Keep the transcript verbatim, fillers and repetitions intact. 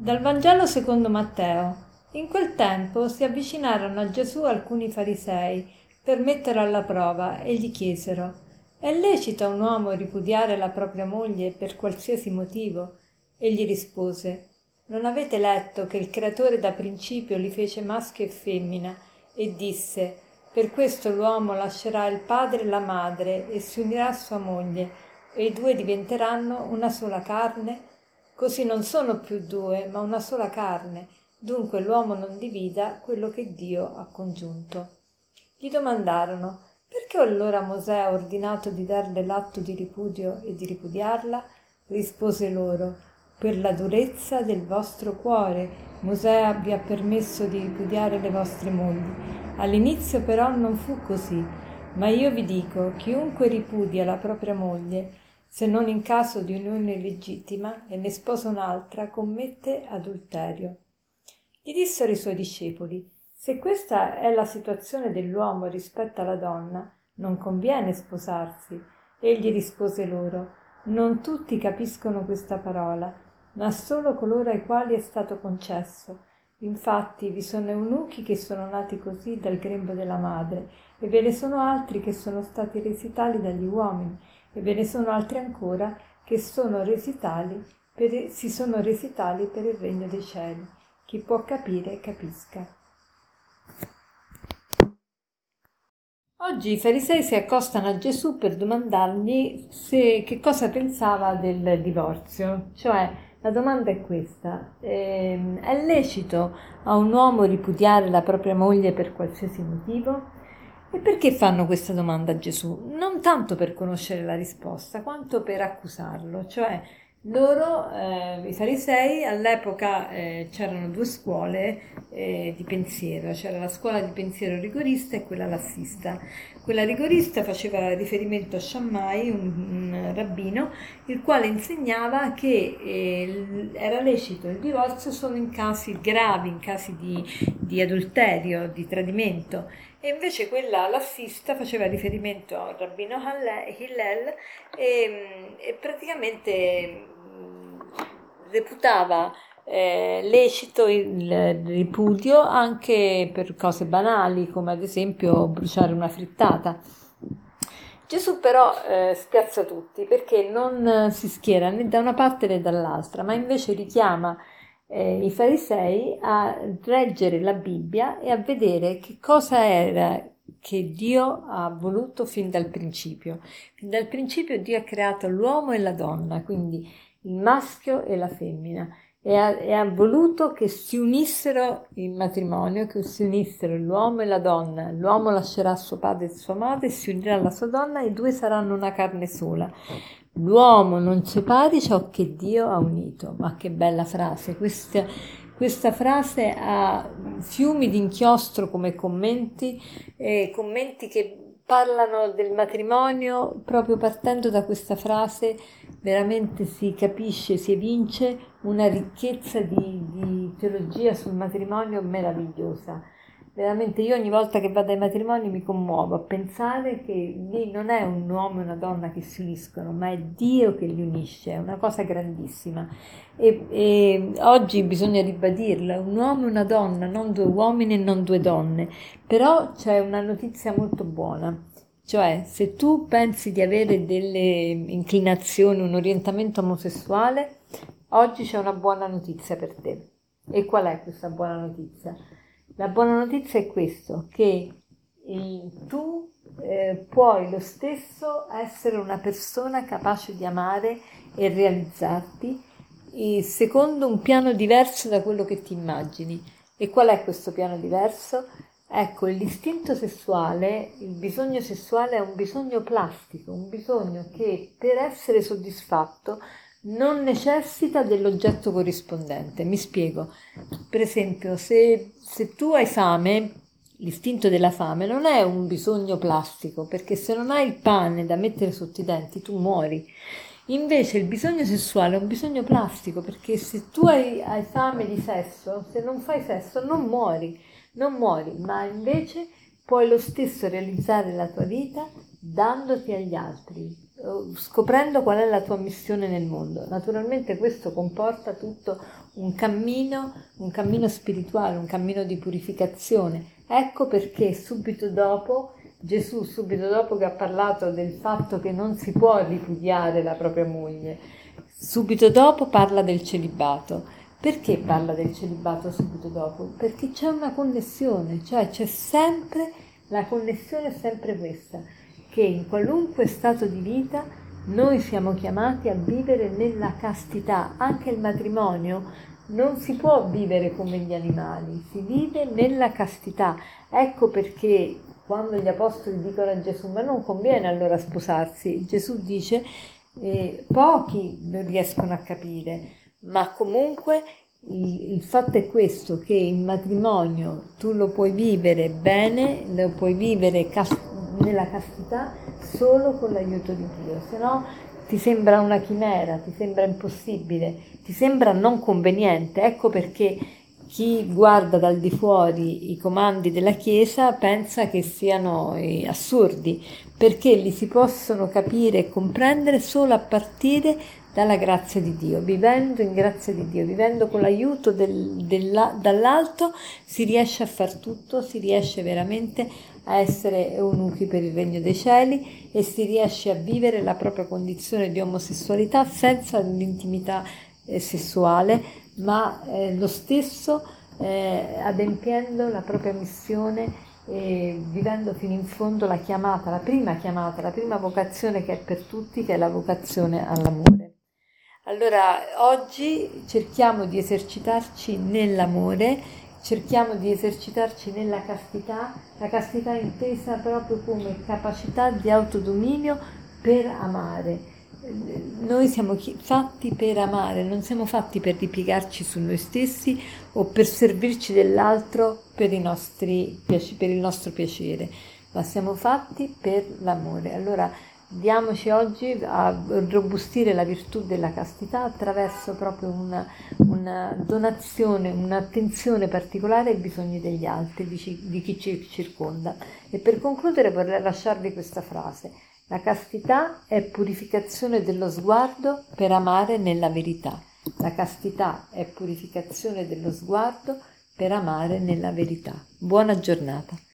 Dal Vangelo secondo Matteo. In quel tempo si avvicinarono a Gesù alcuni farisei per metterlo alla prova e gli chiesero: «È lecito a un uomo ripudiare la propria moglie per qualsiasi motivo?» Egli rispose: «Non avete letto che il Creatore da principio li fece maschio e femmina e disse: per questo l'uomo lascerà il padre e la madre e si unirà a sua moglie e i due diventeranno una sola carne? Così non sono più due, ma una sola carne. Dunque l'uomo non divida quello che Dio ha congiunto». Gli domandarono: «Perché allora Mosè ha ordinato di darle l'atto di ripudio e di ripudiarla?» Rispose loro: «Per la durezza del vostro cuore Mosè vi ha permesso di ripudiare le vostre mogli. All'inizio però non fu così, ma io vi dico, chiunque ripudia la propria moglie, se non in caso di unione legittima, e ne sposa un'altra, commette adulterio». Gli dissero i suoi discepoli: «Se questa è la situazione dell'uomo rispetto alla donna, non conviene sposarsi». Egli rispose loro: «Non tutti capiscono questa parola, ma solo coloro ai quali è stato concesso. Infatti vi sono eunuchi che sono nati così dal grembo della madre, e ve ne sono altri che sono stati resi tali dagli uomini, e ve ne sono altri ancora che sono resi tali per, si sono resi tali per il regno dei cieli. Chi può capire, capisca». Oggi i farisei si accostano a Gesù per domandargli se, che cosa pensava del divorzio. Cioè, la domanda è questa: ehm, è lecito a un uomo ripudiare la propria moglie per qualsiasi motivo? E perché fanno questa domanda a Gesù? Non tanto per conoscere la risposta, quanto per accusarlo. Cioè, loro, eh, i farisei, all'epoca eh, c'erano due scuole eh, di pensiero, c'era la scuola di pensiero rigorista e quella lassista. Quella rigorista faceva riferimento a Shammai, un, un rabbino, il quale insegnava che eh, era lecito il divorzio solo in casi gravi, in casi di, di adulterio, di tradimento. E invece quella lassista faceva riferimento al rabbino Hillel e, e praticamente reputava eh, lecito il ripudio anche per cose banali, come ad esempio bruciare una frittata. Gesù però eh, spiazza tutti, perché non si schiera né da una parte né dall'altra, ma invece richiama eh, i farisei a leggere la Bibbia e a vedere che cosa era che Dio ha voluto fin dal principio. Fin dal principio Dio ha creato l'uomo e la donna, quindi il maschio e la femmina, e ha, e ha voluto che si unissero in matrimonio, che si unissero l'uomo e la donna. L'uomo lascerà suo padre e sua madre e si unirà alla sua donna, e i due saranno una carne sola. L'uomo non separi ciò che Dio ha unito. Ma che bella frase! Questa, questa frase ha fiumi di inchiostro come commenti, eh, commenti che parlano del matrimonio. Proprio partendo da questa frase veramente si capisce, si evince una ricchezza di, di teologia sul matrimonio meravigliosa. Veramente io ogni volta che vado ai matrimoni mi commuovo a pensare che lì non è un uomo e una donna che si uniscono, ma è Dio che li unisce, è una cosa grandissima. E, e oggi bisogna ribadirla: un uomo e una donna, non due uomini e non due donne. Però c'è una notizia molto buona, cioè se tu pensi di avere delle inclinazioni, un orientamento omosessuale, oggi c'è una buona notizia per te. E qual è questa buona notizia? La buona notizia è questo, che il, tu eh, puoi lo stesso essere una persona capace di amare e realizzarti eh, secondo un piano diverso da quello che ti immagini. E qual è questo piano diverso? Ecco, l'istinto sessuale, il bisogno sessuale è un bisogno plastico, un bisogno che per essere soddisfatto non necessita dell'oggetto corrispondente. Mi spiego. Per esempio, se, se tu hai fame, l'istinto della fame non è un bisogno plastico, perché se non hai il pane da mettere sotto i denti tu muori. Invece il bisogno sessuale è un bisogno plastico, perché se tu hai, hai fame di sesso, se non fai sesso non muori, non muori, ma invece puoi lo stesso realizzare la tua vita dandoti agli altri, scoprendo qual è la tua missione nel mondo. Naturalmente questo comporta tutto un cammino, un cammino spirituale, un cammino di purificazione. Ecco perché subito dopo, Gesù, subito dopo che ha parlato del fatto che non si può ripudiare la propria moglie, subito dopo parla del celibato. Perché parla del celibato subito dopo? Perché c'è una connessione, cioè c'è sempre, la connessione è sempre questa, che in qualunque stato di vita noi siamo chiamati a vivere nella castità. Anche il matrimonio non si può vivere come gli animali, si vive nella castità. Ecco perché quando gli apostoli dicono a Gesù: ma non conviene allora sposarsi, Gesù dice eh, pochi non riescono a capire, ma comunque il, il fatto è questo, che il matrimonio tu lo puoi vivere bene, lo puoi vivere cas- nella castità solo con l'aiuto di Dio, se no ti sembra una chimera, ti sembra impossibile, ti sembra non conveniente. Ecco perché chi guarda dal di fuori i comandi della Chiesa pensa che siano eh, assurdi, perché li si possono capire e comprendere solo a partire dalla grazia di Dio. Vivendo in grazia di Dio, vivendo con l'aiuto del, della, dall'alto, si riesce a far tutto, si riesce veramente a essere eunuchi per il regno dei cieli e si riesce a vivere la propria condizione di omosessualità senza l'intimità eh, sessuale, ma eh, lo stesso eh, adempiendo la propria missione e vivendo fino in fondo la chiamata, la prima chiamata, la prima vocazione che è per tutti, che è la vocazione all'amore. Allora, oggi cerchiamo di esercitarci nell'amore, cerchiamo di esercitarci nella castità, la castità intesa proprio come capacità di autodominio per amare. Noi siamo fatti per amare, non siamo fatti per ripiegarci su noi stessi o per servirci dell'altro per i nostri, per il nostro piacere, ma siamo fatti per l'amore. Allora diamoci oggi a robustire la virtù della castità attraverso proprio una, una donazione, un'attenzione particolare ai bisogni degli altri, di, di chi ci circonda. E per concludere vorrei lasciarvi questa frase: la castità è purificazione dello sguardo per amare nella verità. La castità è purificazione dello sguardo per amare nella verità. Buona giornata.